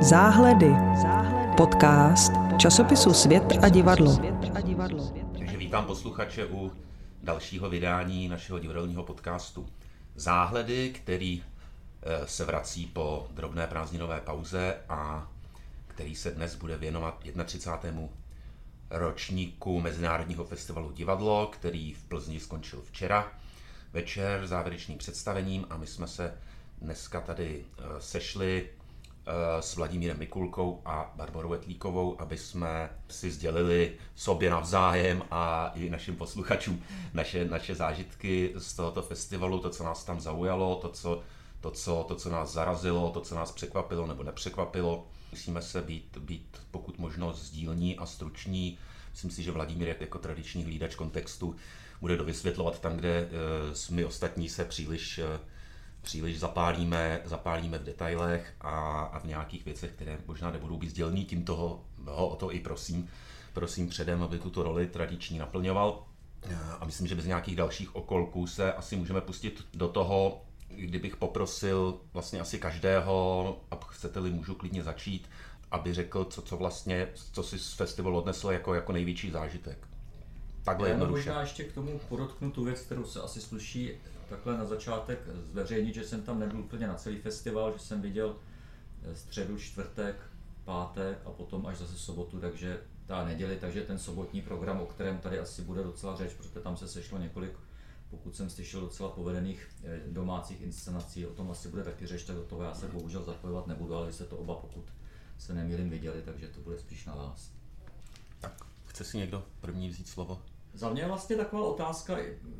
Záhledy. Podcast časopisu Svět a divadlo. Takže vítám posluchače u dalšího vydání našeho divadelního podcastu Záhledy, který se vrací po drobné prázdninové pauze a který se dnes bude věnovat 31. ročníku Mezinárodního festivalu Divadlo, který v Plzni skončil včera večer závěrečným představením a my jsme se dneska tady sešli s Vladimírem Mikulkou a Barborou Etlíkovou, aby jsme si sdělili sobě navzájem a i našim posluchačům naše zážitky z tohoto festivalu, to, co nás tam zaujalo, to, co nás zarazilo, to, co nás překvapilo nebo nepřekvapilo. Musíme se být pokud možno sdílní a struční. Myslím si, že Vladimír jako tradiční hlídač kontextu bude dovysvětlovat tam, kde my ostatní se příliš zapálíme v detailech a v nějakých věcech, které možná nebudou být sdělný, tím toho o to i prosím předem, aby tuto roli tradiční naplňoval. A myslím, že bez nějakých dalších okolků se asi můžeme pustit do toho, kdybych poprosil vlastně asi každého, a chcete-li, můžu klidně začít, aby řekl, co si z festivalu odnesl jako největší zážitek. Takhle jednoduše. Možná ještě k tomu podotknu tu věc, kterou se asi sluší takhle na začátek zveřejnit, že jsem tam nebyl úplně na celý festival, že jsem viděl středu, čtvrtek, pátek a potom až zase sobotu, takže ta neděli, takže ten sobotní program, o kterém tady asi bude docela řeč, protože tam se sešlo několik, pokud jsem slyšel, docela povedených domácích inscenací, o tom asi bude taky řeč, tak do toho já se bohužel zapojovat nebudu, ale jste to oba, pokud se nemýlím, viděli, takže to bude spíš na vás. Tak, chce si někdo první vzít slovo? Za mě vlastně taková otázka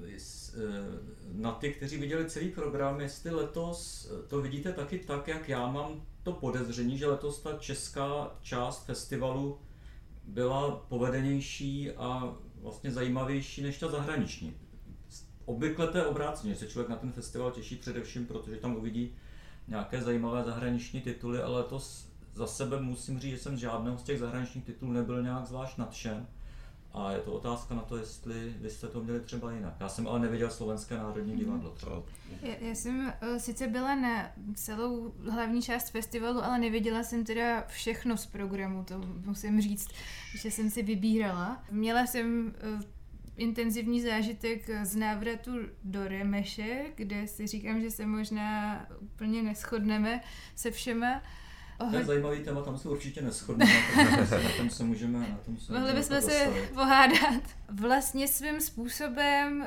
na ty, kteří viděli celý program, jestli letos to vidíte taky tak, jak já mám to podezření, že letos ta česká část festivalu byla povedenější a vlastně zajímavější než ta zahraniční. Obvykle to je obráceně, že se člověk na ten festival těší především, protože tam uvidí nějaké zajímavé zahraniční tituly, ale letos za sebe musím říct, že jsem žádného z těch zahraničních titulů nebyl nějak zvlášť nadšen. A je to otázka na to, jestli vy jste to měli třeba jinak. Já jsem ale neviděl Slovenské národní divadlo třeba. Já jsem sice byla na celou hlavní část festivalu, ale neviděla jsem teda všechno z programu, to musím říct, že jsem si vybírala. Měla jsem intenzivní zážitek z návratu do Remeše, kde si říkám, že se možná úplně neshodneme se všema. To je zajímavý téma, tam se určitě neshodneme, na tom se můžeme mohli bychom se pohádat. Vlastně svým způsobem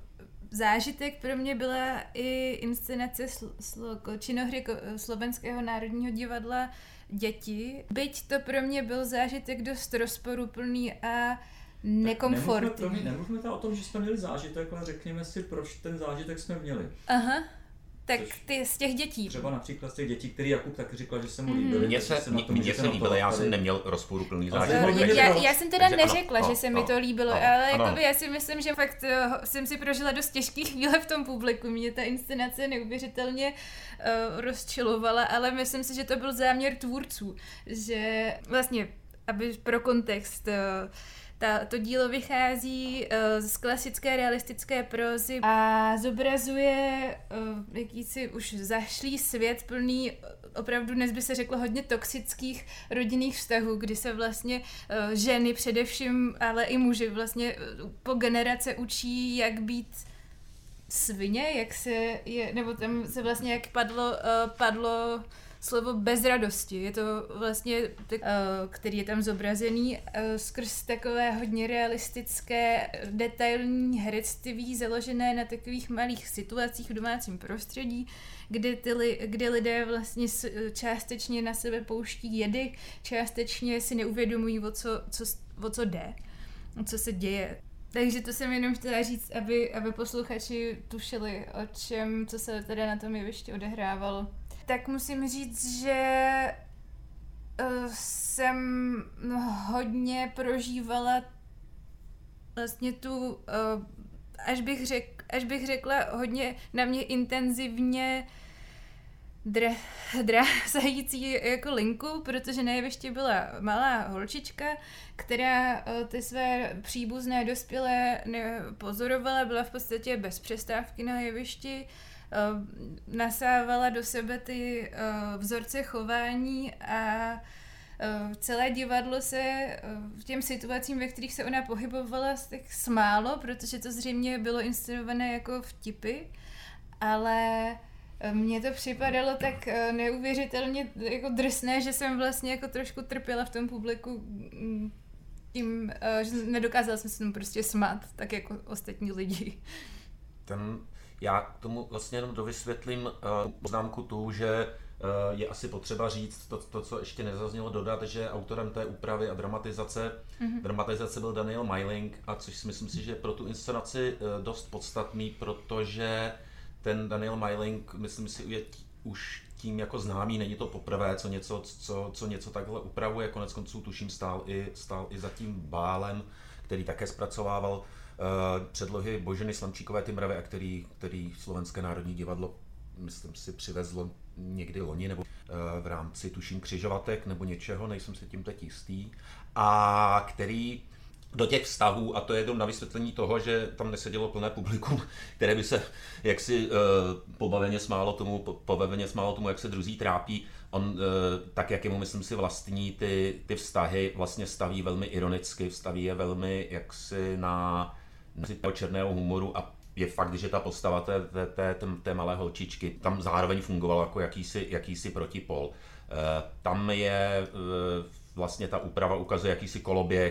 zážitek pro mě byla i inscenace činohry Slovenského národního divadla Děti. Byť to pro mě byl zážitek dost rozporuplný a nekomfortní. Nemůžeme o tom, že jsme měli zážitek, ale řekněme si, proč ten zážitek jsme měli. Aha. Tak ty z těch dětí. Třeba například z těch dětí, který Jakub taky říkal, že se mu líbily. Mně se líbilo, já jsem neměl rozporuplný zážitek. Já jsem teda neřekla, že se mi to líbilo, ale jakoby já si myslím, že fakt jsem si prožila dost těžký chvíle v tom publiku. Mě ta inscenace neuvěřitelně rozčilovala, ale myslím si, že to byl záměr tvůrců, že vlastně, aby pro kontext, to dílo vychází z klasické realistické prózy a zobrazuje jakýsi už zašlý svět plný opravdu dnes by se řeklo hodně toxických rodinných vztahů, kdy se vlastně ženy především, ale i muži vlastně po generace učí, jak být svině, jak se je, nebo tam se vlastně jak padlo slovo bezradosti. Je to vlastně, který je tam zobrazený skrz takové hodně realistické, detailní herectví založené na takových malých situacích v domácím prostředí, kde lidé vlastně částečně na sebe pouští jedy, částečně si neuvědomují, o co jde, co se děje. Takže to jsem jenom chtěla říct, aby posluchači tušili, co se teda na tom jevišti odehrávalo. Tak musím říct, že jsem hodně prožívala vlastně tu, až bych řekla, hodně na mě intenzivně drásající jako linku, protože na jevišti byla malá holčička, která ty své příbuzné dospělé pozorovala, byla v podstatě bez přestávky na jevišti, nasávala do sebe ty vzorce chování a celé divadlo se v těm situacím, ve kterých se ona pohybovala, tak smálo, protože to zřejmě bylo inscenované jako vtipy, ale mně to připadalo tak neuvěřitelně jako drsné, že jsem vlastně jako trošku trpěla v tom publiku tím, že nedokázala jsem se tomu prostě smát, tak jako ostatní lidi. Já k tomu vlastně jenom dovysvětlím poznámku tu, že je asi potřeba říct to, co ještě nezaznělo dodat, že autorem té úpravy a dramatizace byl Daniel Myling, a což si myslím si, že pro tu inscenaci dost podstatný, protože ten Daniel Myling, myslím si, je už tím jako známý, není to poprvé, co něco takhle upravuje, konec konců tuším stál i za tím Bálem, který také zpracovával předlohy Boženy Slamčíkové-Timrové, a který Slovenské národní divadlo, myslím si, přivezlo někdy loni, nebo v rámci tuším Křižovatek nebo něčeho, nejsem si tím teď jistý, a který do těch vztahů, a to je jenom na vysvětlení toho, že tam nesedělo plné publikum, které by se jaksi pobaveně smálo tomu, jak se druzí trápí. On, tak jak jemu, myslím si, vlastní ty vztahy, vlastně staví velmi ironicky, staví je velmi jaksi na černého humoru, a je fakt, že ta postava té malé holčičky tam zároveň fungovala jako jakýsi protipol. Tam je vlastně ta úprava ukazuje jakýsi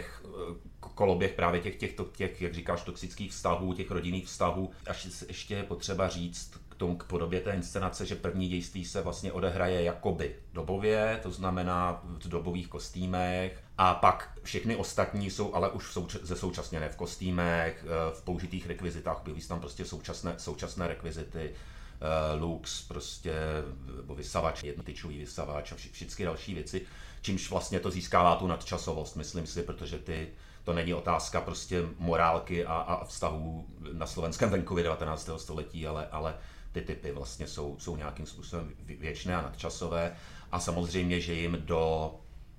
koloběh právě těch, jak říkáš, toxických vztahů, těch rodinných vztahů. Až ještě je potřeba říct k podobě té inscenace, že první dějství se vlastně odehraje jakoby dobově, to znamená v dobových kostýmech, a pak všechny ostatní jsou ale už současněné v kostýmech, v použitých rekvizitách, objeví se tam prostě současné rekvizity, lux, prostě vysavač, jednotyčový vysavač a všechny další věci, čímž vlastně to získává tu nadčasovost, myslím si, protože to není otázka prostě morálky a vztahů na slovenském venkově 19. století, ale ty typy vlastně jsou nějakým způsobem věčné a nadčasové, a samozřejmě, že jim do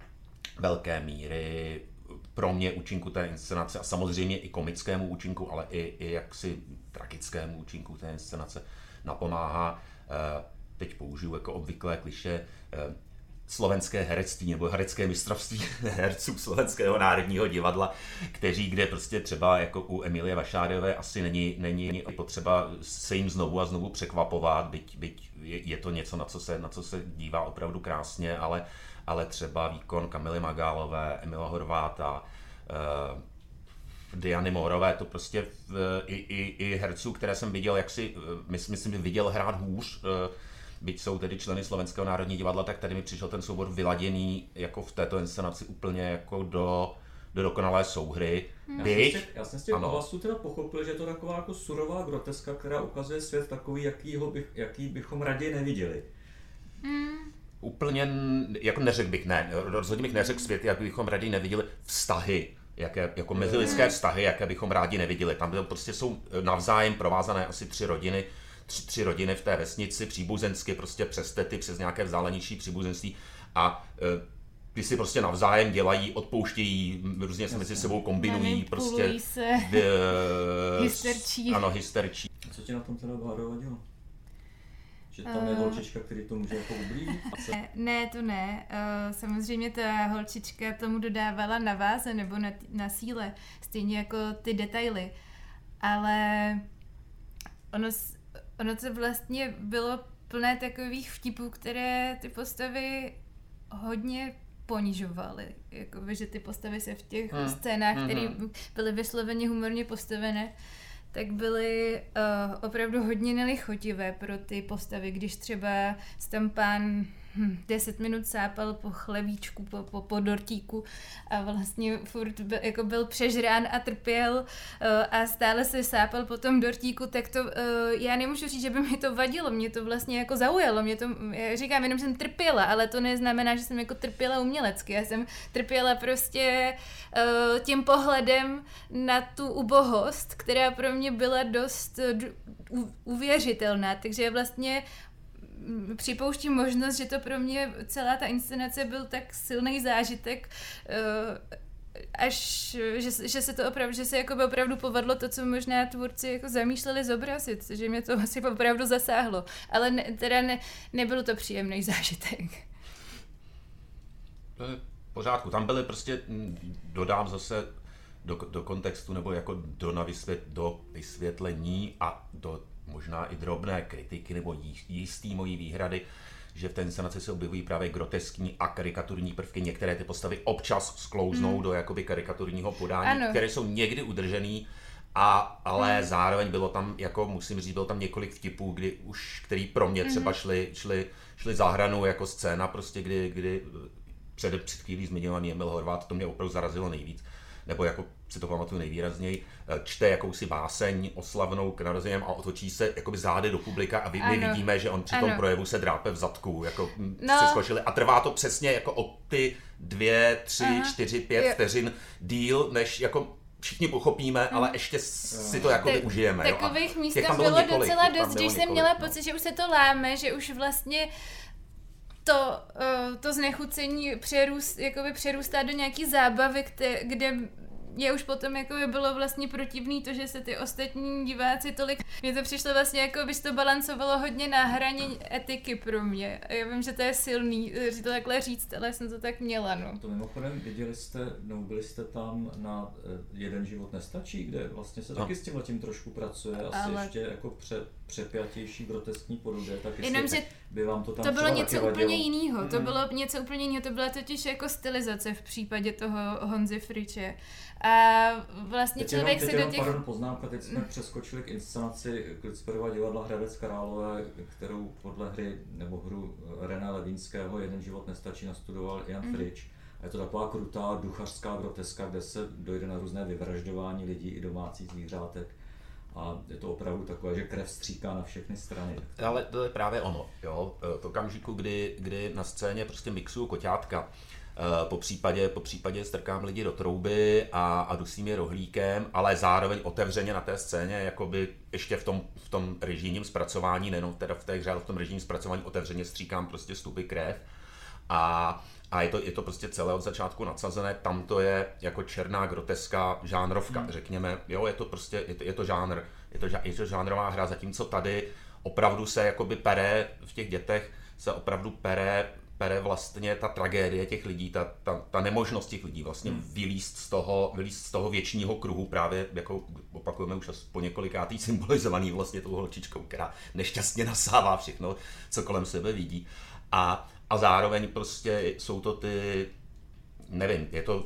velké míry pro mě účinku té inscenace a samozřejmě i komickému účinku, ale i jaksi tragickému účinku té inscenace napomáhá, teď použiju jako obvyklé klišé, slovenské herectví nebo herecké mistrovství herců Slovenského národního divadla, kde prostě třeba jako u Emilie Vašáriové asi není potřeba se jim znovu a znovu překvapovat, byť je to něco, na co se dívá opravdu krásně, ale třeba výkon Kamily Magálové, Emila Horváta, Diany Mohrové, to prostě i herců, které jsem viděl, myslím, že viděl hrát hůř, byť jsou tedy členy Slovenského národního divadla, tak tady mi přišel ten soubor vyladěný jako v této inscenaci úplně jako do dokonalé souhry. Já jsem z těch hlasů teda pochopil, že je to taková jako surová groteska, která ukazuje svět takový, jaký bychom raději neviděli. Úplně, jako neřekl bych, rozhodně bych neřekl svět, jak bychom raději neviděli, vztahy, jako mezilidské vztahy, jaké bychom rádi neviděli. Tam prostě jsou navzájem provázané asi tři rodiny v té vesnici, příbuzensky, prostě přes tety, přes nějaké vzdálenější příbuzenství, a ty si prostě navzájem dělají, odpouštějí, různě se mezi sebou kombinují, prostě se, hysterčí. Ano, hysterčí. Co tě na tom teda vadilo? Že tam je holčička, který to může jako ublížit? Ne, to ne. Samozřejmě ta holčička tomu dodávala na váze nebo na síle, stejně jako ty detaily. Ale ono to vlastně bylo plné takových vtipů, které ty postavy hodně ponižovaly. Jakoby, že ty postavy se v těch scénách, které byly vysloveně humorně postavené, tak byly opravdu hodně nelichotivé pro ty postavy, když třeba tam pán 10 minut sápal po chlebíčku, po dortíku a vlastně furt byl přežrán a trpěl a stále se sápal po tom dortíku, tak to já nemůžu říct, že by mi to vadilo, mě to vlastně jako zaujalo, já říkám jenom, že jsem trpěla, ale to neznamená, že jsem jako trpěla umělecky, já jsem trpěla prostě tím pohledem na tu ubohost, která pro mě byla dost uvěřitelná, takže vlastně připouštím možnost, že to pro mě celá ta inscenace byl tak silný zážitek, až, že se to opravdu, že se jako opravdu povedlo to, co možná tvůrci jako zamýšleli zobrazit, že mě to asi opravdu zasáhlo, ale nebyl to příjemný zážitek. To je v pořádku, tam byly prostě, dodám zase do kontextu, nebo jako do vysvětlení a do možná i drobné kritiky, nebo jistý mojí výhrady, že v té inscenaci se objevují právě groteskní a karikaturní prvky. Některé ty postavy občas sklouznou do jakoby karikaturního podání, které jsou někdy udržený, ale zároveň bylo tam, jako musím říct, bylo tam několik vtipů, který pro mě třeba šli za hranu jako scéna, prostě kdy před chvílí zmiňovaný Emil Horváth, to mě opravdu zarazilo nejvíc, nebo jako si to pamatuju nejvýrazněji, čte jakousi báseň oslavnou k narozením a otočí se jakoby zády do publika a my vidíme, že on při tom projevu se drápe v zadku, jako se skočili a trvá to přesně jako o ty 2, 3, 4, 5 vteřin díl, než jako všichni pochopíme, ale ještě si to jako užijeme. Takových míst tam bylo docela dost, když jsem měla pocit, že už se to láme, že už vlastně to znechucení přerůstá do nějaký zábavy, kde je už potom jako by bylo vlastně protivný to, že se ty ostatní diváci tolik... Mně to přišlo vlastně jako by to balancovalo hodně na hraně etiky pro mě. Já vím, že to je silný, že to takhle říct, ale jsem to tak měla, no. To mimochodem byli jste tam na Jeden život nestačí, kde vlastně se taky s tím trošku pracuje, asi ale... ještě jako přepjatější groteskní podobě, tak jestli by vám to tam to bylo něco úplně jiného, to bylo něco úplně jiného, to byla totiž jako stylizace v případě toho Honzy Friče. A vlastně člověk se do těch... Pardon, poznámka, teď jsme přeskočili k inscenaci Klitsperova divadla Hradec Králové, kterou podle hru René Levínského Jeden život nestačí nastudoval Jan Frič. A je to taková krutá duchařská groteska, kde se dojde na různé vyvražďování lidí i domácích zvířátek. A je to opravdu takové, že krev stříká na všechny strany. Ale to je právě ono, jo. V okamžiku, kdy na scéně prostě mixuju koťátka, po případě strkám lidi do trouby a dusím je rohlíkem, ale zároveň otevřeně na té scéně, jakoby ještě v tom režijním zpracování, nejenom teda v té hře, ale v tom režijním zpracování otevřeně stříkám prostě stupy krev. A je to prostě celé od začátku nadsazené, tam to je jako černá groteská žánrovka, řekněme, jo, je to prostě, je to žánr, je to žánrová hra, zatímco tady opravdu se jakoby pere v těch dětech, se opravdu pere vlastně ta tragédie těch lidí, ta nemožnost těch lidí vlastně vylízt z toho věčního kruhu, právě jako opakujeme už po několikátý symbolizovaný vlastně tou holčičkou, která nešťastně nasává všechno, co kolem sebe vidí. A zároveň prostě jsou to ty, nevím, je to,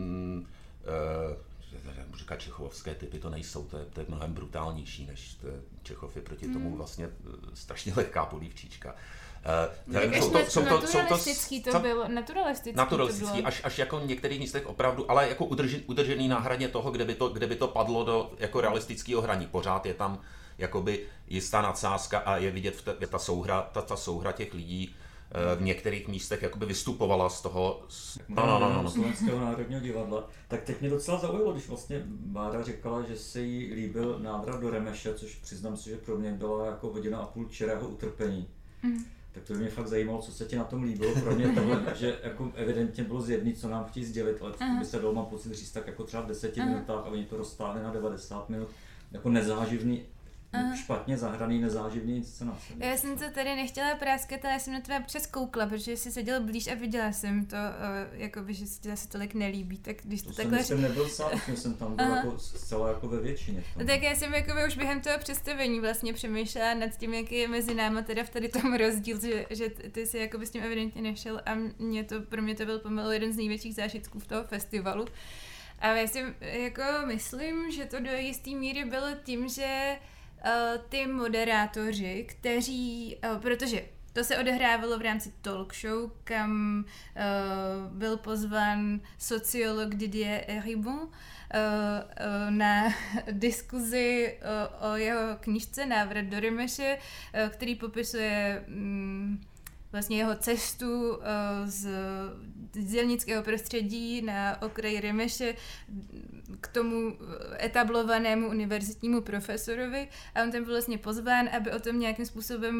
říká čechovské typy, to nejsou, to je mnohem brutálnější, než Čechov je proti tomu vlastně strašně lehká polívčička. Naturalistický to bylo, naturalistický, až jako v některých místech opravdu, ale jako udržený na hraně toho, kde by to padlo do jako realistického hraní. Pořád je tam jakoby jistá nadsázka a je vidět ta souhra těch lidí v některých místech jakoby vystupovala z toho Slovenského národního divadla. Tak teď mě docela zaujalo, když vlastně Bára říkala, že se jí líbil návrat do Remeše, což přiznám si, že pro mě byla jako 1,5 hodiny čirého utrpení. Tak to by mě fakt zajímalo, co se ti na tom líbilo. Pro mě tohle, že jako evidentně bylo zjevný, co nám chtějí sdělit, ale to by se dalo, mám pocit, říct tak jako třeba v 10 minutách a oni to roztáhli na 90 minut. Jako nezáživný, špatně zahraný nezáživný inscenace. Já jsem to tady nechtěla práskat, ale já jsem na tebe občas koukla, protože jsi seděl blíž a viděla jsem to, jakoby, že se ti zase tolik nelíbí. Tak když to takhle... jsem nebyl sám, jsem tam byl jako zcela jako ve většině. No, tak já jsem jakoby už během toho představení vlastně přemýšlela nad tím, jaký je mezi náma teda v tady tom rozdíl, že ty si jakoby s tím evidentně nešel a pro mě to byl pomalu jeden z největších zážitků v toho festivalu. A já si jako myslím, že to do jistý míry bylo tím, že ty moderátoři, protože to se odehrávalo v rámci talk show, kam byl pozván sociolog Didier Ribon na diskuzi o jeho knížce Návrat do Remeše, který popisuje vlastně jeho cestu z dělnického prostředí na okraji Remeše k tomu etablovanému univerzitnímu profesorovi a on tam byl vlastně pozván, aby o tom nějakým způsobem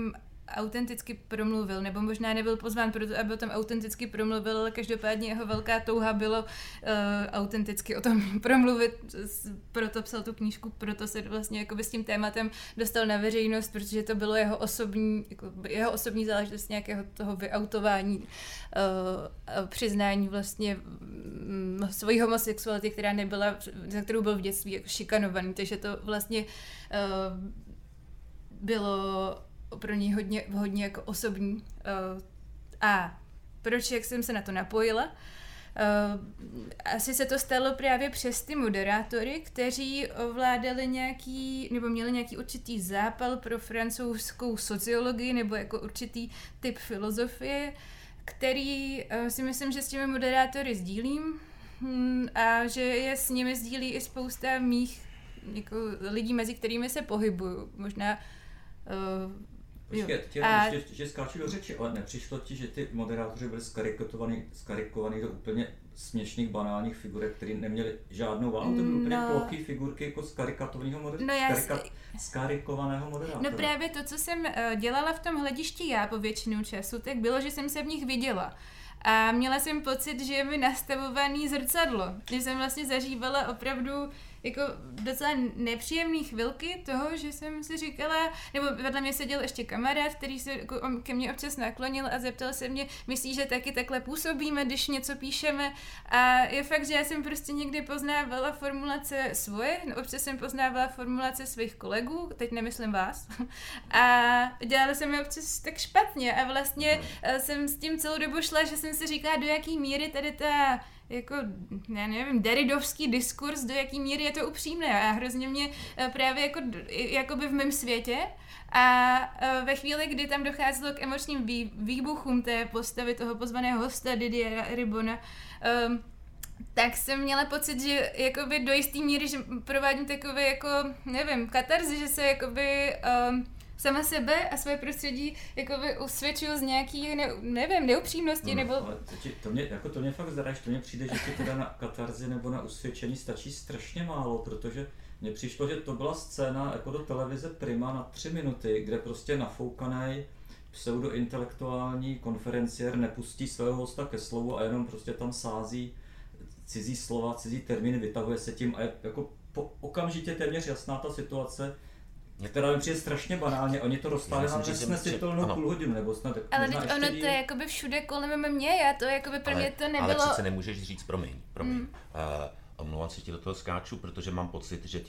autenticky promluvil, nebo možná nebyl pozván proto, aby o tom autenticky promluvil, ale každopádně jeho velká touha bylo autenticky o tom promluvit, proto psal tu knížku, proto se vlastně jakoby s tím tématem dostal na veřejnost, protože to bylo jeho osobní záležitost nějakého toho vyautování, přiznání vlastně svojí homosexuality, která nebyla, za kterou byl v dětství jako šikanovaný, takže to vlastně bylo pro něj hodně jako osobní. A proč, jak jsem se na to napojila? Asi se to stalo právě přes ty moderátory, kteří ovládali měli nějaký určitý zápal pro francouzskou sociologii nebo jako určitý typ filozofie, který si myslím, že s těmi moderátory sdílím a že je s nimi sdílí i spousta mých jako lidí, mezi kterými se pohybuju. Možná Počkej, ještě skáču do řeči, ale nepřišlo ti, že ty moderátoři byli skarikovaný do úplně směšných, banálních figurek, které neměly žádnou váhu, to byly úplně plochý figurky jako skarikovaného moderátora. No právě to, co jsem dělala v tom hledišti já po většinu času, tak bylo, že jsem se v nich viděla. A měla jsem pocit, že je mi nastavovaný zrcadlo. Že jsem vlastně zažívala opravdu jako docela nepříjemné chvilky toho, že jsem si říkala, nebo vedle mě seděl ještě kamarád, který se ke mně občas naklonil a zeptal se mě, myslíš, že taky takhle působíme, když něco píšeme? A je fakt, že já jsem prostě někdy poznávala formulace svoje, občas jsem poznávala formulace svých kolegů, teď nemyslím vás, a dělala jsem je občas tak špatně a vlastně jsem s tím celou dobu šla, že jsem si říkala, do jaký míry tady ta jako, já nevím, deridovský diskurs, do jaký míry je to upřímné a hrozně mě právě jakoby v mém světě a ve chvíli, kdy tam docházelo k emočním výbuchům té postavy toho pozvaného hosta Didiera Ribona, tak jsem měla pocit, že jakoby do jistý míry, že provádím takové jako, nevím, katarzy, že se jakoby sama sebe a své prostředí jakoby usvědčuju z nějaký, neupřímnosti, nebo... To mě fakt zaráží, to mně přijde, že ti teda na katarzi nebo na usvědčení stačí strašně málo, protože mně přišlo, že to byla scéna jako do televize Prima na 3 minuty, kde prostě nafoukaný pseudointelektuální konferenciér nepustí svého hosta ke slovu a jenom prostě tam sází cizí slova, cizí termíny, vytahuje se tím a je jako okamžitě téměř jasná ta situace, která mi přijde strašně banálně, oni to roztáhli na nesnesitelnou půl hodinu, nebo snad tak. Ale teď ono to je jakoby všude kolem mě, já to jakoby pro mě to nebylo... Ale přece nemůžeš říct, promiň. Omlouvám se ti do toho skáču, protože mám pocit, že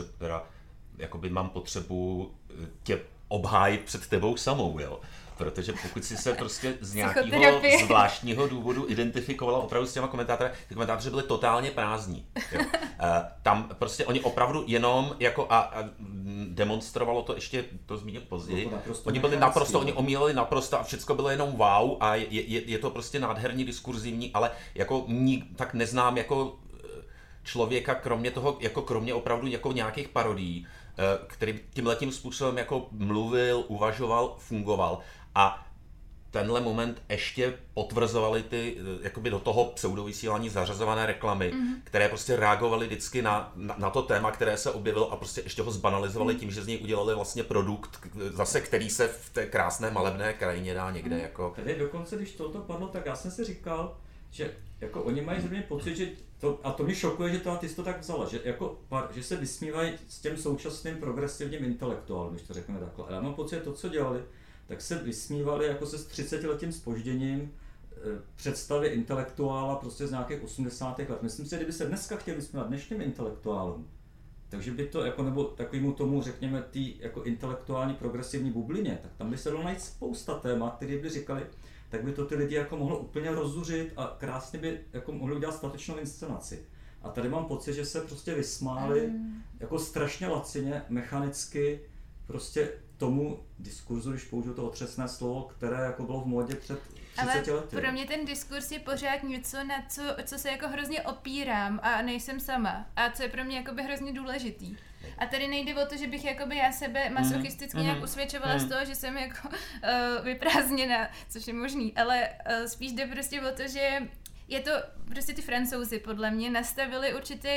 mám potřebu tě obhájit před tebou samou, jo. Protože pokud si se prostě z nějakého zvláštního důvodu identifikovala opravdu s těma komentátory, ty komentátoři byli totálně prázdní. Jo. Tam prostě oni opravdu jenom jako a demonstrovalo to ještě, to zmíním později, oni omíleli naprosto a všecko bylo jenom wow a je to prostě nádherně diskurzivní, ale jako tak neznám jako člověka kromě opravdu jako nějakých parodií, který tímhletím způsobem jako mluvil, uvažoval, fungoval. A tenhle moment ještě potvrzovaly ty jakoby do toho pseudovysílání zařazované reklamy, které prostě reagovaly vždycky na to téma, které se objevilo a prostě ještě ho zbanalizovali tím, že z něj udělali vlastně produkt, zase který se v té krásné malebné krajině dá někde jako... Tady dokonce, když toto padlo, tak já jsem si říkal, že jako oni mají zřejmě pocit, že a to mě šokuje, že ty jsi to tak vzala, že se vysmívají s těm současným progresivním intelektuálem, když to řekneme takhle. Ale já mám pocit, že to, co dělali, tak se vysmívali jako se s 30letým zpožděním představy intelektuála prostě z nějakých 80. let. Myslím si, že kdyby se dneska chtěli vysmívat dnešním intelektuálům, takže by to jako, nebo takovému tomu, řekněme, tý jako intelektuální progresivní bublině, tak tam by se dalo najít spousta témat, které by říkali, tak by to ty lidi jako mohlo úplně rozzuřit a krásně by jako mohli udělat statečnou inscenaci. A tady mám pocit, že se prostě vysmáli jako strašně lacině, mechanicky prostě tomu diskurzu, když použiju to otřesné slovo, které jako bylo v módě před 30 lety. Ale pro mě ten diskurs je pořád něco, na co se jako hrozně opírám a nejsem sama. A co je pro mě jakoby hrozně důležitý. A tady nejde o to, že bych jakoby já sebe masochisticky nějak usvědčovala z toho, že jsem jako vyprázdněna, což je možný, ale spíš jde prostě o to, že je to prostě ty Francouzi podle mě nastavili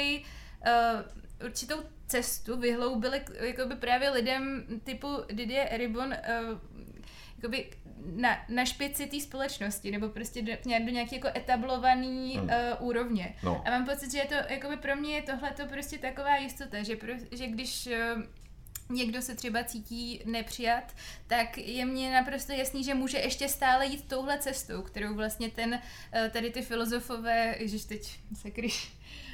určitou cestu, vyhloubili jakoby právě lidem typu Didier Ribon jakoby na špici té společnosti, nebo prostě do nějaké jako etablovaný úrovně. No. A mám pocit, že je to, jakoby pro mě je tohleto prostě taková jistota, že když někdo se třeba cítí nepřijat, tak je mně naprosto jasný, že může ještě stále jít touhle cestou, kterou vlastně tady ty filozofové, ježiš, teď se kryš,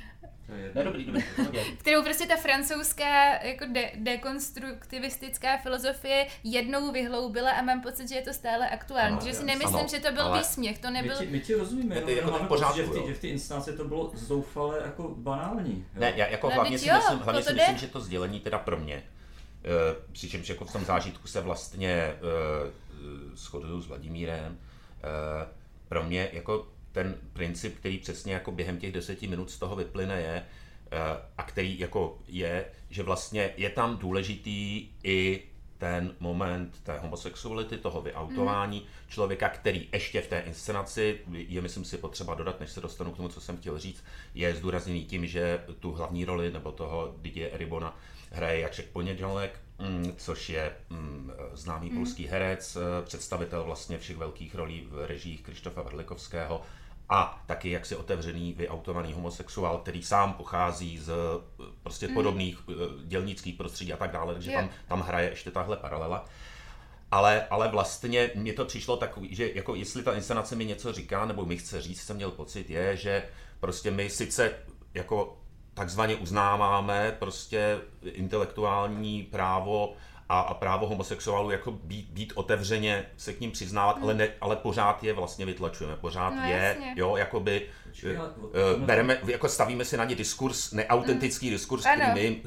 kterou prostě ta francouzská jako dekonstruktivistická filozofie jednou vyhloubila a mám pocit, že je to stále aktuální. Že si nemyslím, že to byl výsměch, to nebyl... My ti rozumíme, jenom máme pocit, že v té inscenaci to bylo zoufale jako banální. Jo? Ne, já jako hlavně si myslím, že to sdělení teda pro mě, přičemž jako v tom zážitku se vlastně shoduju s Vladimírem, pro mě jako ten princip, který přesně jako během těch 10 minut z toho vyplyne je, a který jako je, že vlastně je tam důležitý i ten moment té homosexuality, toho vyautování člověka, který ještě v té inscenaci, je myslím si potřeba dodat, než se dostanu k tomu, co jsem chtěl říct, je zdůrazněný tím, že tu hlavní roli nebo toho Didier Eribona hraje Jacek Ponědělek, což je známý polský herec, představitel vlastně všech velkých rolí v režiích Krzysztofa Warlikowskiego a taky jaksi otevřený, vyautovaný homosexuál, který sám pochází z prostě podobných dělnických prostředí a tak dále, takže tam hraje ještě tahle paralela. Ale vlastně mně to přišlo takový, že jako jestli ta inscenace mi něco říká, nebo mi chce říct, jsem měl pocit, je, že prostě my sice jako takzvaně uznáváme prostě intelektuální právo a právo homosexuálů jako být otevřeně se k ním přiznávat, ale pořád je vlastně vytlačujeme, pořád jo, jakoby bereme, jako stavíme si na ně diskurs, neautentický diskurs, který my,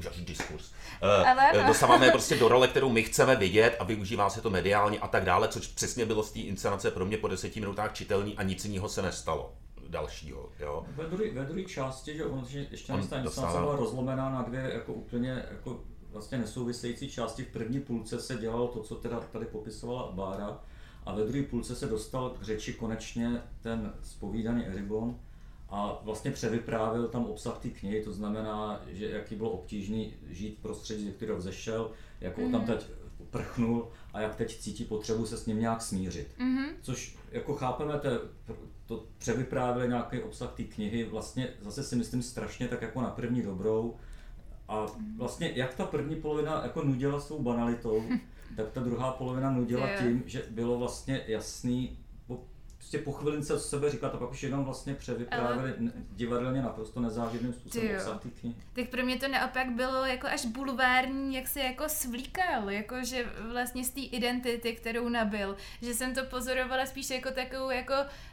dostáváme prostě do role, kterou my chceme vidět a využívá se to mediálně a tak dále, což přesně bylo z té inscenace pro mě po 10 minutách čitelný a nic jiného se nestalo dalšího, jo. Ve druhé části, že ještě ta inscenace byla rozlomená na dvě jako úplně jako vlastně nesouvisející části. V první půlce se dělalo to, co teda tady popisovala Bára, a ve druhé půlce se dostal k řeči konečně ten zpovídaný Eribon a vlastně převyprávil tam obsah té knihy, to znamená, že jaký bylo obtížný žít v prostředí, ze kterého vzešel, jak on tam teď prchnul a jak teď cítí potřebu se s ním nějak smířit. Což jako chápeme, to převyprávil nějaký obsah té knihy, vlastně zase si myslím strašně tak jako na první dobrou. A vlastně jak ta první polovina jako nudila svou banalitou, tak ta druhá polovina nudila tím, že bylo vlastně jasný, prostě po chvilince co sebe říkat a pak už jenom vlastně převyprávili divadelně naprosto nezáživným způsobem obsah té knihy. Tak pro mě to naopak bylo jako až bulvární, jak se jako svlíkal, jako že vlastně z té identity, kterou nabyl, že jsem to pozorovala spíš jako takovou jako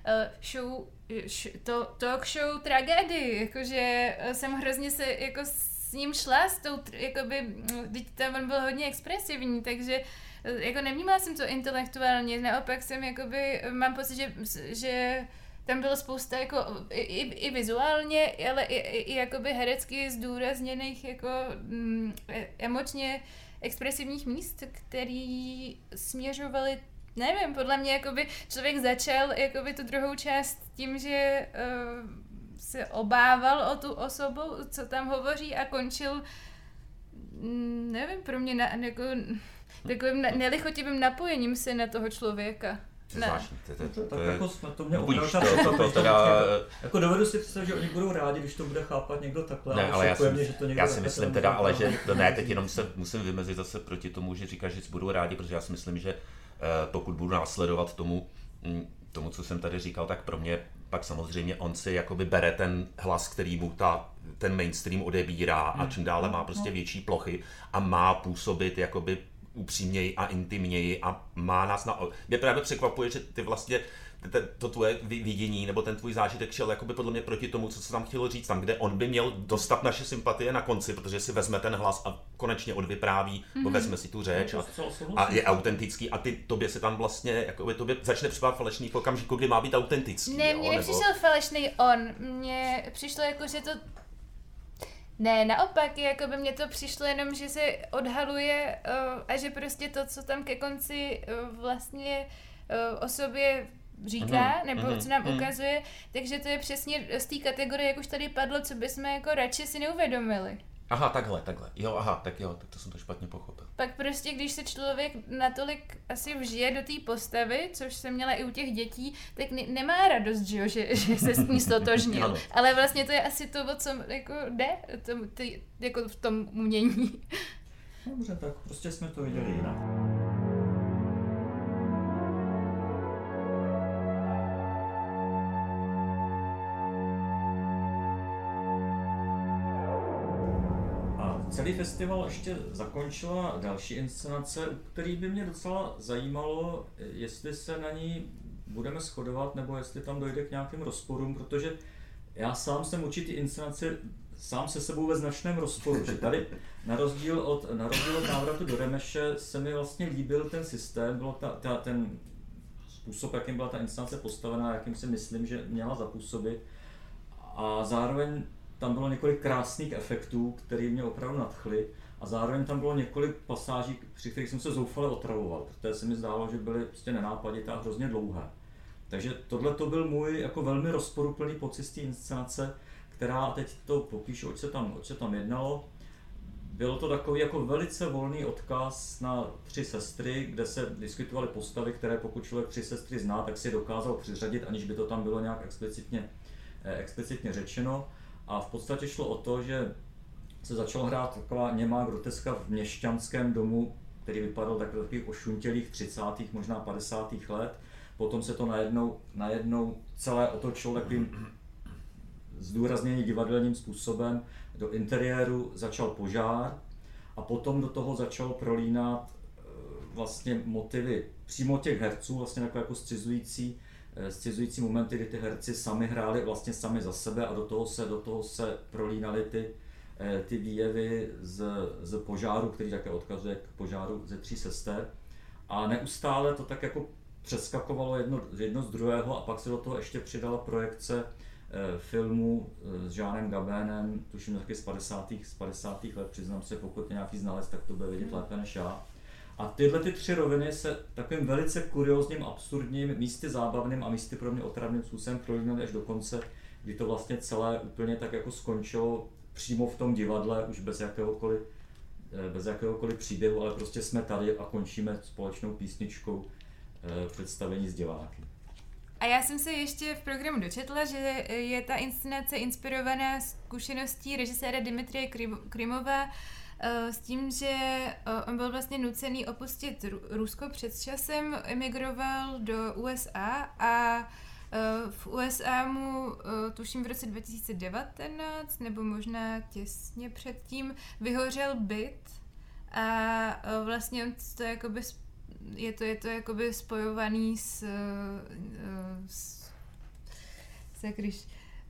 talk show tragédii, jakože jsem hrozně se jako s ním šla s tou, jakoby, teď tam on byl hodně expresivní, takže jako nevnímala jsem to intelektuálně, naopak jsem jakoby, mám pocit, že tam bylo spousta jako i vizuálně, ale i jakoby herecky zdůrazněných jako emočně expresivních míst, který směřovaly, nevím, podle mě jakoby člověk začal jakoby tu druhou část tím, že se obával o tu osobu, co tam hovoří a končil, nevím, pro mě jako takovým nelichotivým napojením se na toho člověka. To mě jako dovedu si představit, že oni budou rádi, když to bude chápat někdo takhle. Ne, ale já si myslím teda, ale že to ne, teď jenom se musím vymezit zase proti tomu, že říkáš, že budou rádi, protože já si myslím, že pokud budu následovat tomu, co jsem tady říkal, tak pro mě pak samozřejmě on si jakoby bere ten hlas, který mu ten mainstream odebírá a čím dále má prostě větší plochy a má působit jakoby upřímněji a intimněji a má nás Mě právě překvapuje, že ty vlastně to tvoje vidění nebo ten tvůj zážitek šel jakoby podle mě proti tomu, co se tam chtělo říct, tam, kde on by měl dostat naše sympatie na konci, protože si vezme ten hlas a konečně odvypráví, vezme si tu řeč a je autentický a tobě se tam vlastně, jakoby tobě začne připadat falešný v okamžiku, kdy má být autentický. Ne, mně nepřišel falešný on, mně přišlo jako, že to ne, naopak, jako by mně to přišlo jenom, že se odhaluje a že prostě to, co tam ke konci vlastně o sobě říká, nebo co nám ukazuje, takže to je přesně z té kategorie, jak už tady padlo, co bychom jako radši si neuvědomili. Aha, takhle. Jo, tak to jsem to špatně pochopil. Pak prostě, když se člověk natolik asi vžije do té postavy, což jsem měla i u těch dětí, tak nemá radost, že se s ní stotožnil. Ale vlastně to je asi to, o co jako jde, jako v tom umění. Dobře, tak prostě jsme to viděli jinak. Celý festival ještě zakončila další inscenace, u který by mě docela zajímalo, jestli se na ní budeme shodovat, nebo jestli tam dojde k nějakým rozporům, protože já sám jsem určitý inscenace sám se sebou ve značném rozporu, že tady na rozdíl od Návratu do Remeše se mi vlastně líbil ten systém, bylo ten způsob, jakým byla ta inscenace postavená, jakým si myslím, že měla zapůsobit, a zároveň tam bylo několik krásných efektů, které mě opravdu nadchly, a zároveň tam bylo několik pasáží, při kterých jsem se zoufale otravoval, protože se mi zdálo, že byly prostě nenápadité a hrozně dlouhé. Takže tohle to byl můj jako velmi rozporuplný pocit z té inscenace, která, teď to popíšu, oč se tam jednalo. Bylo to takový jako velice volný odkaz na Tři sestry, kde se diskutovaly postavy, které pokud člověk Tři sestry zná, tak si je dokázal přiřadit, aniž by to tam bylo nějak explicitně řečeno. A v podstatě šlo o to, že se začala hrát taková němá groteska v měšťanském domu, který vypadal tak takových ošuntělých 30. možná 50. let. Potom se to najednou celé otočilo takovým zdůrazněně divadelním způsobem. Do interiéru začal požár a potom do toho začal prolínat vlastně motivy přímo těch herců, vlastně jako scizující momenty, kdy ty herci sami hráli vlastně sami za sebe a do toho se prolínaly ty výjevy z požáru, který také odkazuje k požáru ze Tří sester. A neustále to tak jako přeskakovalo jedno z druhého, a pak se do toho ještě přidala projekce filmu s Jeanem Gabénem, tuším taky z 50. let, přiznám se, pokud je nějaký znalec, tak to bude vidět lépe než já. A tyhle ty tři roviny se takovým velice kuriózním, absurdním, místy zábavným a místy pro mě otravným způsobem prolínaly až do konce, kdy to vlastně celé úplně tak jako skončilo přímo v tom divadle, už bez jakéhokoliv příběhu, ale prostě jsme tady a končíme společnou písničkou představení s diváky. A já jsem se ještě v programu dočetla, že je ta inscenace inspirovaná zkušeností režiséra Dimitrije Krymova s tím, že on byl vlastně nucený opustit Rusko před časem, emigroval do USA a v USA mu, tuším v roce 2019, nebo možná těsně předtím, vyhořel byt a vlastně on to jakoby je to jakoby spojovaný s když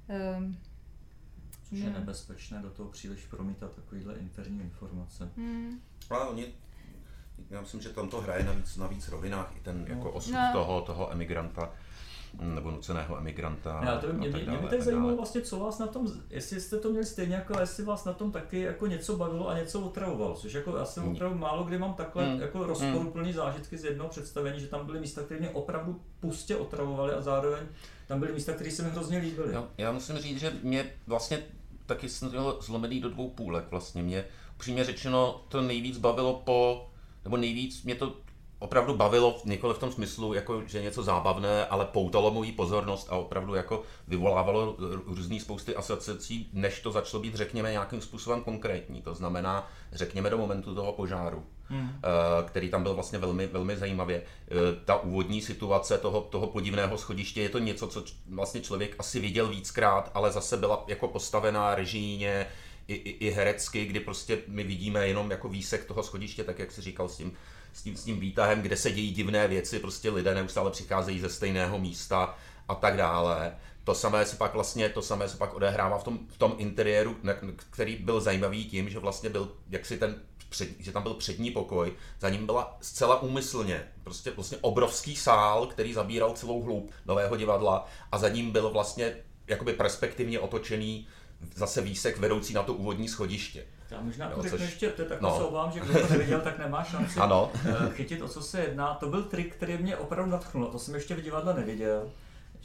což je nebezpečné do toho příliš promítat takovýhle interní informace. Ale já myslím, že tam to hraje na víc rovinách, i ten jako osud toho emigranta, nebo nuceného emigranta. Mě by tak zajímalo vlastně, co vás na tom, jestli jste to měli stejně, jako jestli vás na tom taky jako něco bavilo a něco otravovalo, což jako já jsem opravdu málo kdy mám takhle jako rozporuplný zážitky z jednoho představení, že tam byly místa, které mě opravdu pustě otravovaly a zároveň tam byly místa, které se mi hrozně líbily. Jo, já musím říct, že mě vlastně taky jsem to zlomený do dvou půlek vlastně. Mě upřímně řečeno to nejvíc bavilo nebo nejvíc mě to opravdu bavilo, nikoli v tom smyslu, jako, že něco zábavné, ale poutalo moji pozornost a opravdu jako vyvolávalo různý spousty asociací, než to začalo být, řekněme, nějakým způsobem konkrétní. To znamená, řekněme, do momentu toho požáru, který tam byl vlastně velmi, velmi zajímavě. Ta úvodní situace toho podivného schodiště je to něco, co vlastně člověk asi viděl víckrát, ale zase byla jako postavená režijně, i herecky, kdy prostě my vidíme jenom jako výsek toho schodiště, tak jak jsi říkal s tím výtahem, kde se dějí divné věci, prostě lidé neustále přicházejí ze stejného místa a tak dále. To samé se pak odehrává v tom interiéru, který byl zajímavý tím, že vlastně byl že tam byl přední pokoj, za ním byla zcela úmyslně prostě vlastně obrovský sál, který zabíral celou hloub Nového divadla, a za ním byl vlastně jakoby perspektivně otočený zase výsek vedoucí na to úvodní schodiště. Já možná to řeknu ještě, to je tak, se obávám, že kdo to neviděl, tak nemá šanci chytit, o co se jedná. To byl trik, který mě opravdu nadchnul, to jsem ještě v divadle neviděl, že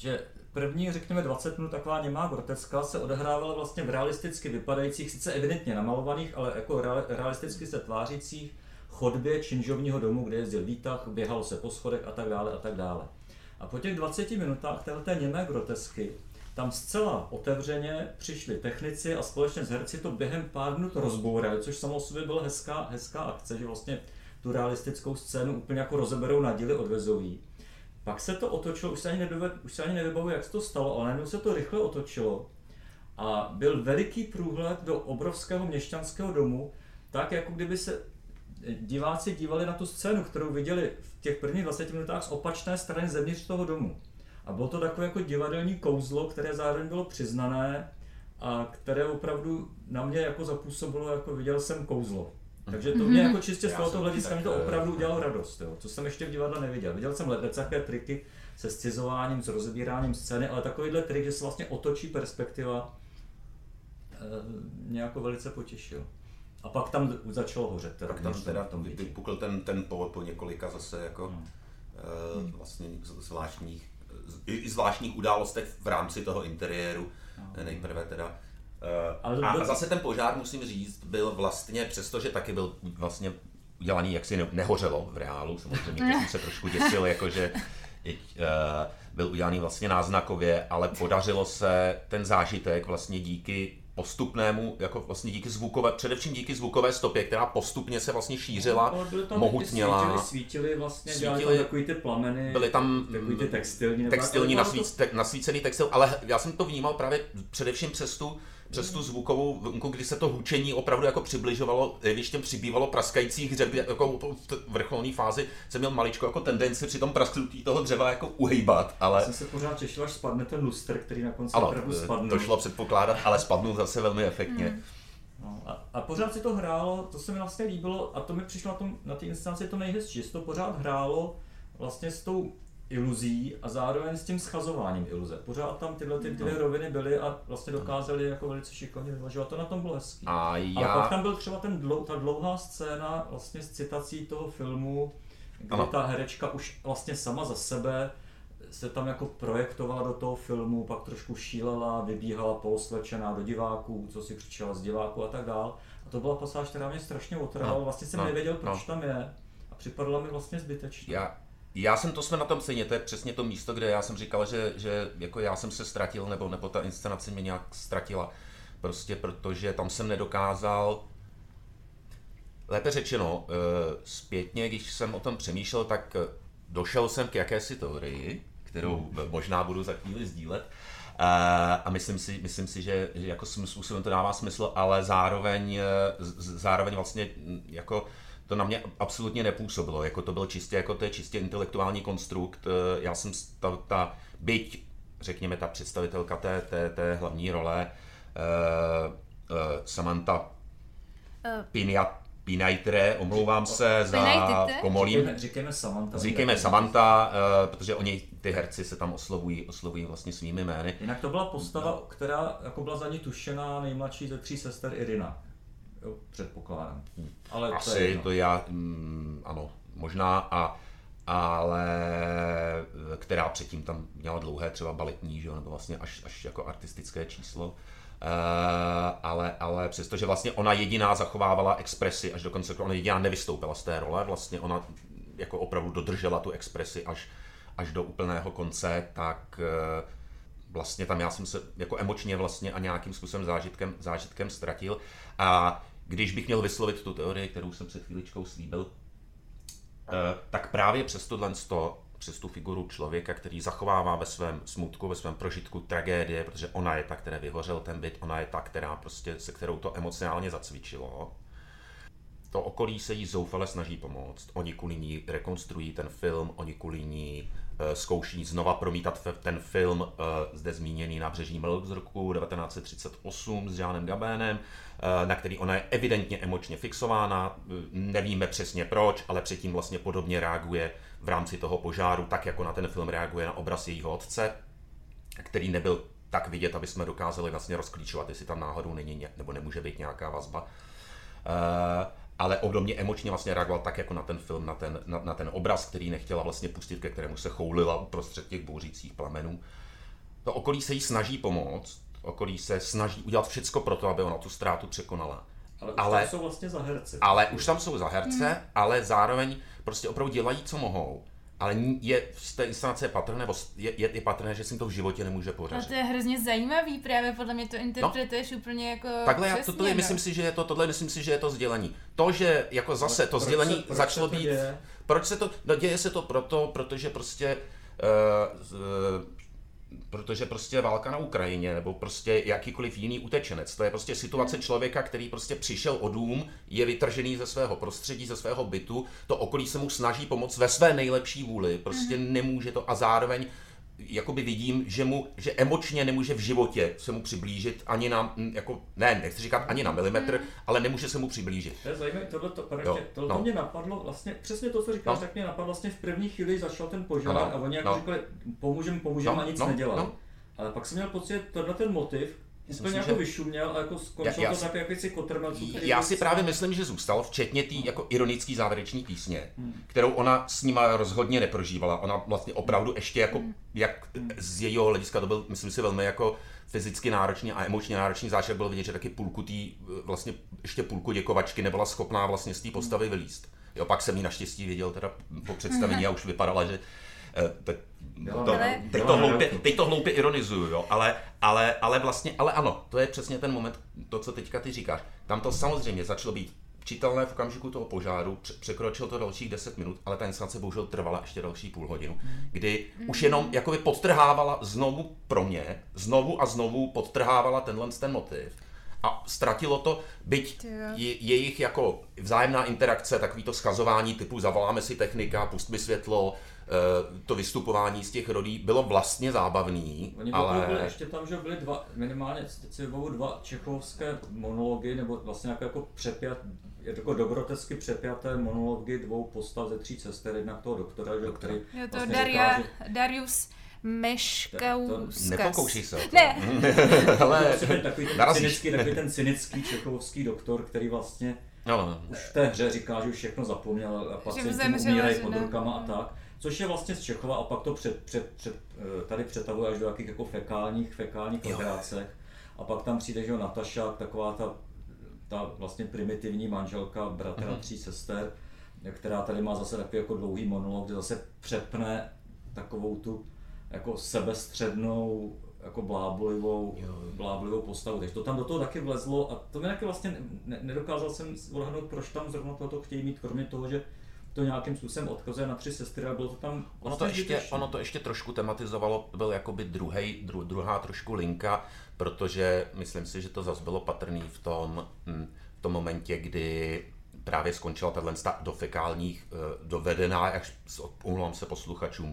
první, řekněme 20 minut taková němá groteska se odehrávala vlastně v realisticky vypadajících, sice evidentně namalovaných, ale jako realisticky se tvářících chodbě činžovního domu, kde jezdil výtah, běhalo se po schodech a tak dále a tak dále. A po těch 20 minutách téhleté němé grotesky tam zcela otevřeně přišli technici a společně s herci to během pár minut rozbourali, což samo o sobě byla hezká akce, že vlastně tu realistickou scénu úplně jako rozeberou na díly, odvezou jí. Pak se to otočilo, už se ani nevybavuji, jak se to stalo, ale najednou se to rychle otočilo a byl veliký průhled do obrovského měšťanského domu, tak jako kdyby se diváci dívali na tu scénu, kterou viděli v těch prvních 20 minutách z opačné strany zevnitř toho domu. A bylo to takové jako divadelní kouzlo, které zároveň bylo přiznané a které opravdu na mě jako zapůsobilo, jako viděl jsem kouzlo. Takže to mě jako čistě z tohoto hlediska mi to opravdu udělalo radost, jo, co jsem ještě v divadle neviděl. Viděl jsem ledecaké triky se scizováním, s rozebíráním scény, ale takovýhle trik, že se vlastně otočí perspektiva, mě jako velice potěšil. A pak tam začalo hořet. Pak tam teda vypukl ten povod po několika zase jako vlastně zvláštních událostech v rámci toho interiéru. Nejprve teda. A zase ten požár, musím říct, byl vlastně, přestože taky byl vlastně udělaný, jak si nehořelo v reálu, samozřejmě jsem se trošku děsil, jakože byl udělaný vlastně náznakově, ale podařilo se ten zážitek vlastně díky postupnému, jako vlastně díky především díky zvukové stopě, která postupně se vlastně šířila, mohutněla. Svítily vlastně, dělali tam takový ty plameny, byly tam takový ty textilní nasvícený textil, ale já jsem to vnímal právě především přes tu zvukovou vlnku, kdy se to hučení opravdu jako přibližovalo, když těm přibývalo praskajících dřev, jako v vrcholné fázi jsem měl maličko jako tendenci při tom prasknutí toho dřeva jako uhejbat, ale... Já jsem se pořád těšil, až spadne ten lustr, který na konci opravdu spadnul. To šlo předpokládat, ale spadnul zase velmi efektně. No, a pořád si to hrálo, to se mi vlastně líbilo a to mi přišlo na té inscenaci to nejhezčí, že to pořád hrálo vlastně s tou iluzí a zároveň s tím schazováním iluze. Pořád tam tyhle dvě roviny byly a vlastně dokázali jako velice šikovně vyvažovat. To na tom bylo hezký. Ale pak tam byl třeba ta dlouhá scéna vlastně s citací toho filmu, kdy ta herečka už vlastně sama za sebe se tam jako projektovala do toho filmu, pak trošku šílela, vybíhala polosvlečená do diváků, co si křičela z diváků a tak dál. A to byla pasáž, která mě strašně otrvala. Vlastně jsem nevěděl, proč tam je a připadala mi vlastně zbytečně. Já jsme na tom stejně, to je přesně to místo, kde já jsem říkal, že jako já jsem se ztratil, nebo ta inscenace mě nějak ztratila. Prostě protože tam jsem nedokázal, lépe řečeno, zpětně, když jsem o tom přemýšlel, tak došel jsem k jakési teorii, kterou možná budu za chvíli sdílet. A myslím si, že jako svým způsobem to dává smysl, ale zároveň vlastně jako to na mě absolutně nepůsobilo, jako to byl to je čistě intelektuální konstrukt. Já jsem byť, řekněme, ta představitelka té hlavní role, Samantha Pinaitere, omlouvám se za komolím. Říkejme Samantha, protože oni, ty herci, se tam oslovují vlastně svými jmény. Jinak to byla postava, která jako byla za ní tušená nejmladší ze 3 sester Irina. Jo, předpokládám. Ale asi to já, ano, možná, ale která předtím tam měla dlouhé třeba baletní, že, nebo vlastně až jako artistické číslo. Ale přestože vlastně ona jediná zachovávala expresi, až dokonce ona jediná nevystoupila z té role, vlastně ona jako opravdu dodržela tu expresi až do úplného konce, tak vlastně tam já jsem se jako emočně vlastně a nějakým způsobem zážitkem ztratil. A když bych měl vyslovit tu teorii, kterou jsem před chvíličkou slíbil, tak právě přes tu figuru člověka, který zachovává ve svém smutku, ve svém prožitku tragédie, protože ona je ta, které vyhořel ten byt, ona je ta, která prostě, se kterou to emocionálně zacvičilo. To okolí se jí zoufale snaží pomoct. Oni kvůli ní rekonstruují ten film, oni kvůli ní zkouší znova promítat ten film zde zmíněný Nábřežní mlk z roku 1938 s Jeanem Gabénem, na který ona je evidentně emočně fixována, nevíme přesně proč, ale předtím vlastně podobně reaguje v rámci toho požáru, tak jako na ten film reaguje na obraz jejího otce, který nebyl tak vidět, aby jsme dokázali vlastně rozklíčovat, jestli tam náhodou není nebo nemůže být nějaká vazba. Ale obdobně emočně vlastně reagoval tak jako na ten film, na ten obraz, který nechtěla vlastně pustit, ke kterému se choulila uprostřed těch bouřících plamenů. to okolí se jí snaží pomoct, okolí se snaží udělat všecko pro to, aby ona tu ztrátu překonala. Ale už tam jsou vlastně za herce. Ale už tam jsou za herce, ale zároveň prostě opravdu dělají, co mohou. Ale je z té inscenace patrné, nebo je patrné, že si to v životě nemůže podařit. A to je hrozně zajímavý, právě podle mě to interpretuješ úplně jako takhle přesně. Tohle myslím si, že je to sdělení. To, že jako zase to sdělení začalo být... Proč se to... No děje se to protože prostě válka na Ukrajině, nebo prostě jakýkoliv jiný utečenec. To je prostě situace člověka, který prostě přišel o dům, je vytržený ze svého prostředí, ze svého bytu, to okolí se mu snaží pomoct ve své nejlepší vůli, prostě nemůže to a zároveň jakoby vidím, že emočně nemůže v životě se mu přiblížit ani na, jako, nechci říkat ani na milimetr, ale nemůže se mu přiblížit. To je zajímavé, tohle mě napadlo vlastně, přesně to, co říkáš, tak mě napadlo vlastně v první chvíli začal ten požár a oni jako říkali, pomůžeme a nic nedělali. Ale pak jsem měl pocit, že tenhle ten motiv úplně jako vyšuměl a jako skončil to tak jakýsi kotrmelců. Já si právě myslím, že zůstal, včetně té jako ironický závěrečný písně, kterou ona s nima rozhodně neprožívala. Ona vlastně opravdu ještě jako, jak z jejího hlediska to byl, myslím si, velmi jako fyzicky náročný a emočně náročný zážitek, bylo vidět, že taky ještě půlku děkovačky nebyla schopná vlastně z té postavy vylízt. Jo, pak jsem ji naštěstí viděl teda po představení a už vypadala, že teď to hloupě ironizuju, jo, ale vlastně, ale ano, to je přesně ten moment, to, co teďka ty říkáš. Tam to samozřejmě začalo být čitelné v okamžiku toho požáru, překročilo to dalších 10 minut, ale ta inscenace bohužel trvala ještě další půl hodinu, kdy už jenom jakoby podtrhávala znovu podtrhávala ten motiv. A ztratilo to, byť jejich jako vzájemná interakce, takový to schazování typu zavoláme si technika, pust mi světlo, to vystupování z těch rolí bylo vlastně zábavný, ale... Byly ještě tam, že byly minimálně dva čechovské monology, nebo vlastně jako jako dobrotesky přepjaté monology dvou postav ze Tří sester, jednak toho doktora, který je to vlastně Darius Meškauskas. Nepokoušej se. Ne. Ale takový ten cynický čechovský doktor, který vlastně už v té hře říká, že už všechno zapomněl a pacienti umírají pod rukama a tak. Což je vlastně z Čechova a pak to tady přetavuje až do jakých jako fekálních operácích. A pak tam přijde, že Nataša, taková ta vlastně primitivní manželka bratra Tří sester, která tady má zase takový jako dlouhý monolog, kde zase přepne takovou tu jako sebestřednou, jako blábolivou postavu. Takže to tam do toho taky vlezlo a to mi taky vlastně nedokázal jsem odhadnout, proč tam zrovna toto chtějí mít, kromě toho, že to nějakým způsobem odkazuje na Tři sestry a bylo to tam vlastně ono to ještě trošku tematizovalo, byl jakoby druhá trošku linka, protože myslím si, že to zase bylo patrný v tom momentě, kdy právě skončila tato do fekálních dovedená, až omlouvám se posluchačům,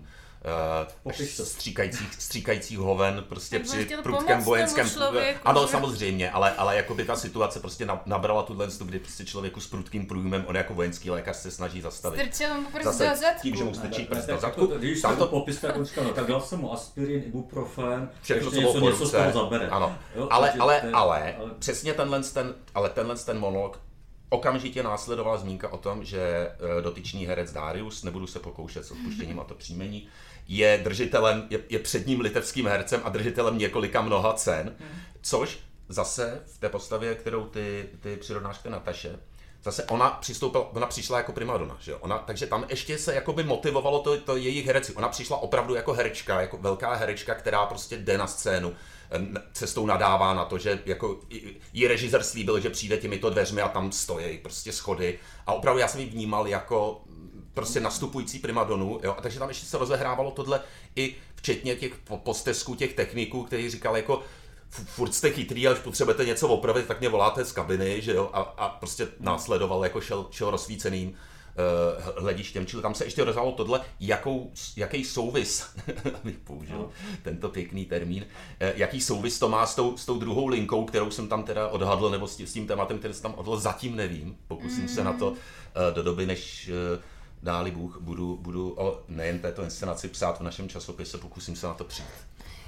stříkajících hoven prostě tak při prudkém vojenském. Ano, samozřejmě, ale jakoby ta situace prostě nabrala tuhle stup, kdy prostě člověku s prudkým průjmem, on jako vojenský lékař se snaží zastavit. Strčil mu prst do zadku. Tím, že mu strčí prst do zadku. Když tam to popis, tak on říkal, tak dal jsem mu aspirin, ibuprofen, všechno, co něco z toho zabere. Ano, ale přesně tenhle ten monolog okamžitě následovala zmínka o tom, že dotyčný herec Darius, nebudu se pokoušet s odpuštěním a to příjmení, je předním litevským hercem a držitelem několika mnoha cen, což zase v té postavě, kterou ty přirovnáš k té Nataše, zase ona přišla jako primadona, že jo? Takže tam ještě se jakoby motivovalo to jejich hereci. Ona přišla opravdu jako herečka, jako velká herečka, která prostě jde na scénu, cestou nadává na to, že jako jí režisér slíbil, že přijde těmito dveřmi a tam stojí prostě schody. A opravdu já jsem ji vnímal jako prostě nastupující primadonu, jo? A takže tam ještě se rozehrávalo tohle i včetně těch postesků, těch techniků, kteří říkali jako furt jste chytrý, ale když potřebujete něco opravit, tak mě voláte z kabiny, že jo, a prostě následoval, jako šel rozsvíceným hledištěm, čili tam se ještě rozhrálo tohle, jaký souvis, abych použil tento pěkný termín, jaký souvis to má s tou druhou linkou, kterou jsem tam teda odhadl, nebo s tím tématem, který jsem tam odhadl, zatím nevím, pokusím se na to do doby, než dáli Bůh, budu nejen této inscenaci psát v našem časopise, pokusím se na to přijít.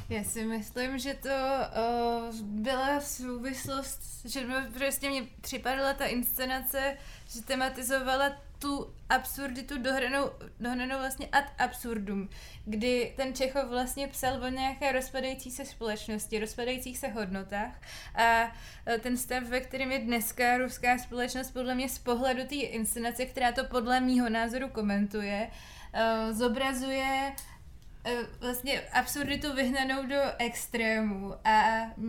Já si myslím, že to byla souvislost, že prostě mě připadala ta inscenace, že tematizovala tu absurditu dohranou vlastně ad absurdum, kdy ten Čechov vlastně psal o nějaké rozpadající se společnosti, rozpadajících se hodnotách a ten stav, ve kterém je dneska ruská společnost, podle mě z pohledu té inscenace, která to podle mýho názoru komentuje, zobrazuje vlastně absurditu vyhnanou do extrému a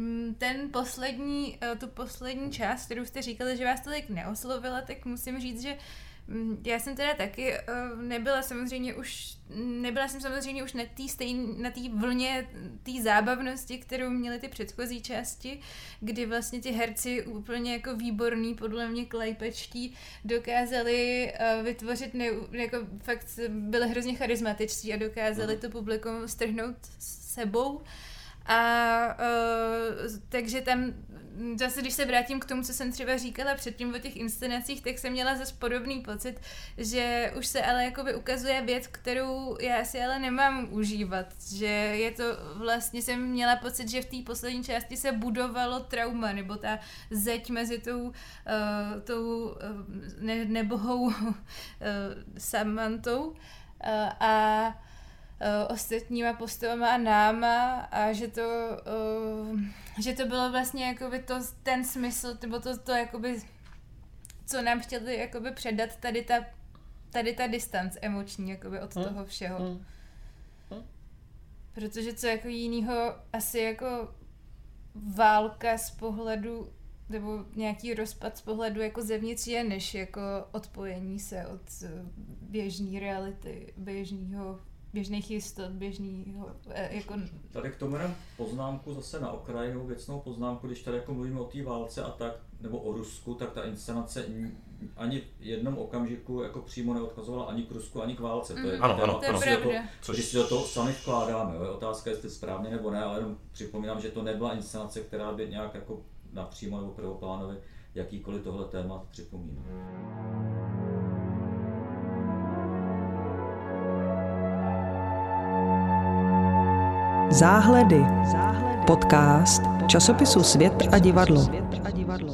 tu poslední část, kterou jste říkali, že vás tolik neoslovila, tak musím říct, že já jsem teda taky nebyla jsem samozřejmě už na té vlně té zábavnosti, kterou měly ty předchozí části, kdy vlastně ty herci úplně jako výborný, podle mě klejpečtí, dokázali vytvořit, jako fakt byli hrozně charismatičtí a dokázali to publikum strhnout sebou. Takže tam zase, když se vrátím k tomu, co jsem třeba říkala předtím o těch inscenacích, tak jsem měla zase podobný pocit, že už se ale jakoby ukazuje věc, kterou já si ale nemám užívat, že je to vlastně, jsem měla pocit, že v té poslední části se budovalo trauma, nebo ta zeď mezi tou nebohou Samantou a ostatníma postavama a náma a že to bylo vlastně jakoby ten smysl, nebo to jakoby, co nám chtěli jakoby předat tady ta distanc emoční jakoby od toho všeho. Protože co jako jinýho asi jako válka z pohledu nebo nějaký rozpad z pohledu jako zevnitř je, než jako odpojení se od běžné reality, běžných jistot, běžného jako... Tady k tomu jenom poznámku zase na okraji, věcnou poznámku, když tady jako mluvíme o té válce a tak, nebo o Rusku, tak ta inscenace ani v jednom okamžiku jako přímo neodkazovala ani k Rusku, ani k válce. To je ano. Když si do toho sami vkládáme, jo? Otázka, jestli správně nebo ne, ale jenom připomínám, že to nebyla inscenace, která by nějak jako napřímo nebo prvoplánově jakýkoliv tohle téma připomíná. Záhledy. Podcast časopisu Svět a divadlo.